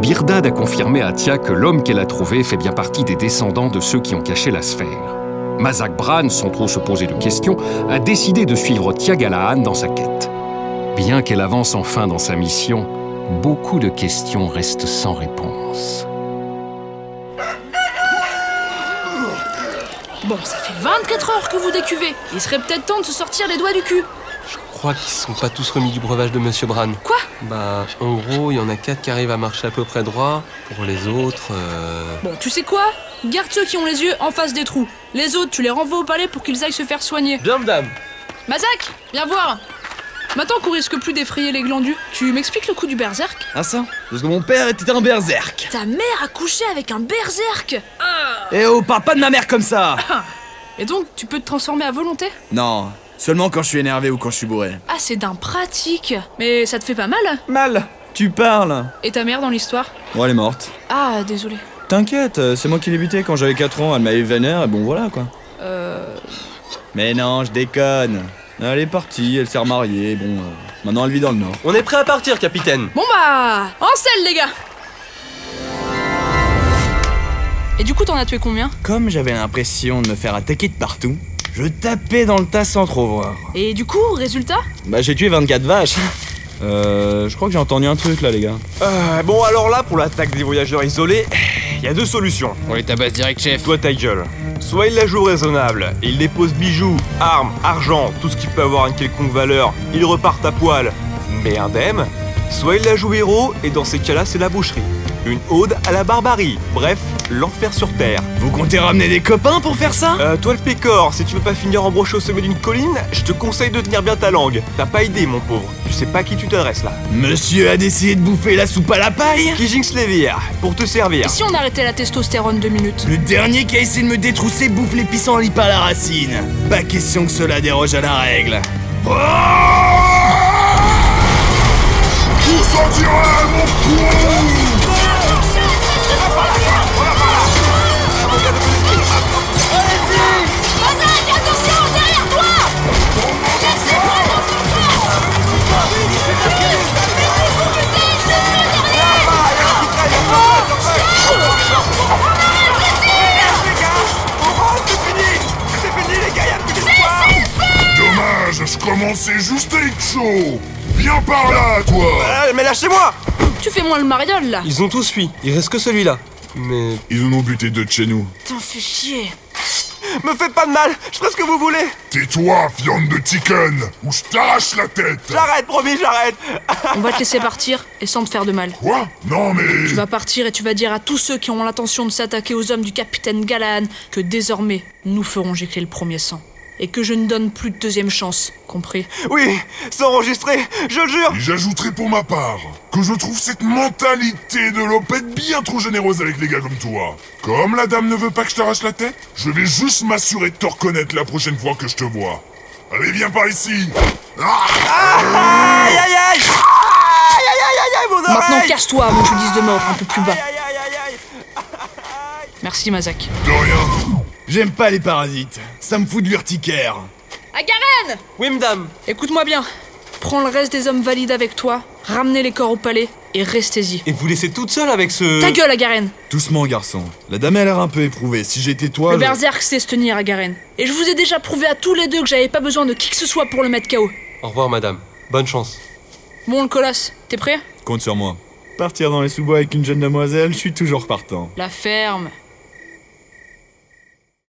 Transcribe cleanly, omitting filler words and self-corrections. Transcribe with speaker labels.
Speaker 1: Birdad a confirmé à Tia que l'homme qu'elle a trouvé fait bien partie des descendants de ceux qui ont caché la sphère. Mazak Bran, sans trop se poser de questions, a décidé de suivre Tia Galahan dans sa quête. Bien qu'elle avance enfin dans sa mission, beaucoup de questions restent sans réponse.
Speaker 2: Bon, ça fait 24 heures que vous décuvez. Il serait peut-être temps de se sortir les doigts du cul.
Speaker 3: Je crois qu'ils se sont pas tous remis du breuvage de Monsieur Bran.
Speaker 2: Quoi?
Speaker 3: Bah, en gros, il y en a 4 qui arrivent à marcher à peu près droit. Pour les autres,
Speaker 2: Bon, tu sais quoi? Garde ceux qui ont les yeux en face des trous. Les autres, tu les renvoies au palais pour qu'ils aillent se faire soigner.
Speaker 3: Bien, madame.
Speaker 2: Mazak, viens voir. Maintenant qu'on risque plus d'effrayer les glandus, tu m'expliques le coup du berserk?
Speaker 4: Ah ça? Parce que mon père était un berserk.
Speaker 2: Ta mère a couché avec un berserk.
Speaker 4: Eh oh, parle pas de ma mère comme ça.
Speaker 2: Et donc, tu peux te transformer à volonté?
Speaker 4: Non, seulement quand je suis énervé ou quand je suis bourré.
Speaker 2: Ah, c'est d'un pratique. Mais ça te fait pas mal?
Speaker 4: Mal. Tu parles.
Speaker 2: Et ta mère dans l'histoire?
Speaker 4: Bon, elle est morte.
Speaker 2: Ah, désolé.
Speaker 4: T'inquiète, c'est moi qui l'ai butée quand j'avais 4 ans, elle m'avait vénère et bon voilà quoi. Mais non, je déconne. Elle est partie, elle s'est remariée, bon, maintenant elle vit dans le Nord.
Speaker 3: On est prêt à partir, capitaine.
Speaker 2: Bon bah, en selle les gars. Et du coup, t'en as tué combien?
Speaker 4: Comme j'avais l'impression de me faire attaquer de partout, je tapais dans le tas sans trop voir.
Speaker 2: Et du coup, résultat?
Speaker 4: Bah j'ai tué 24 vaches. Je crois que j'ai entendu un truc là les gars.
Speaker 5: Bon alors là, pour l'attaque des voyageurs isolés, il y a 2 solutions.
Speaker 6: On les tabasse direct, chef.
Speaker 5: Toi ta gueule. Soit il la joue raisonnable, et il dépose bijoux, armes, argent, tout ce qui peut avoir une quelconque valeur, ils repartent à poil, mais indemne. Soit il la joue héros, et dans ces cas-là c'est la boucherie. Une ode à la barbarie, bref, l'enfer sur terre.
Speaker 4: Vous comptez ramener des copains pour faire ça?
Speaker 5: Toi le pécor, si tu veux pas finir embroché au sommet d'une colline, je te conseille de tenir bien ta langue. T'as pas idée mon pauvre, tu sais pas à qui tu t'adresses là.
Speaker 4: Monsieur a décidé de bouffer la soupe à la paille?
Speaker 5: Kijinx Levir, pour te servir.
Speaker 2: Et si on arrêtait la testostérone 2 minutes?
Speaker 4: Le dernier qui a essayé de me détrousser bouffe les pissenlits à la racine. Pas question que cela déroge à la règle.
Speaker 7: Vous sentirez mon coup! Dommage, je commençais juste à être chaud. Viens par là, toi.
Speaker 5: Mais lâchez-moi.
Speaker 2: Tu fais moins le mariole là.
Speaker 3: Ils ont tous fui, il reste que celui-là. Mais...
Speaker 7: Ils en ont buté 2 de chez nous.
Speaker 2: T'en fais chier.
Speaker 5: Me faites pas de mal, je ferai ce que vous voulez.
Speaker 7: Tais-toi, viande de chicken, ou je t'arrache la tête.
Speaker 5: J'arrête, promis, j'arrête.
Speaker 2: On va te laisser partir et sans te faire de mal.
Speaker 7: Quoi? Non mais...
Speaker 2: Tu vas partir et tu vas dire à tous ceux qui ont l'intention de s'attaquer aux hommes du capitaine Galahan que désormais, nous ferons gicler le premier sang. Et que je ne donne plus de deuxième chance, compris?
Speaker 5: Oui, c'est enregistré, je le jure.
Speaker 7: Et j'ajouterai pour ma part que je trouve cette mentalité de Lopette bien trop généreuse avec les gars comme toi. Comme la dame ne veut pas que je t'arrache la tête, je vais juste m'assurer de te reconnaître la prochaine fois que je te vois. Allez, viens par ici.
Speaker 5: Aïe aïe aïe. Aïe aïe aïe aïe, mon oreille.
Speaker 2: Maintenant casse-toi avant que je dise de mort un peu plus bas.
Speaker 5: Aïe aïe aïe aïe.
Speaker 2: Merci Mazak.
Speaker 7: De rien.
Speaker 4: J'aime pas les parasites, ça me fout de l'urticaire.
Speaker 2: Agaren!
Speaker 3: Oui, madame.
Speaker 2: Écoute-moi bien. Prends le reste des hommes valides avec toi, ramenez les corps au palais et restez-y.
Speaker 3: Et vous laissez toute seule avec ce...
Speaker 2: Ta gueule, Agaren!
Speaker 4: Doucement, garçon. La dame a l'air un peu éprouvée. Si j'étais toi,
Speaker 2: Le berserk sait se tenir, Agaren. Et je vous ai déjà prouvé à tous les deux que j'avais pas besoin de qui que ce soit pour le mettre KO.
Speaker 3: Au revoir, madame. Bonne chance.
Speaker 2: Bon, le colosse, t'es prêt?
Speaker 4: Compte sur moi. Partir dans les sous-bois avec une jeune demoiselle, je suis toujours partant.
Speaker 2: La ferme.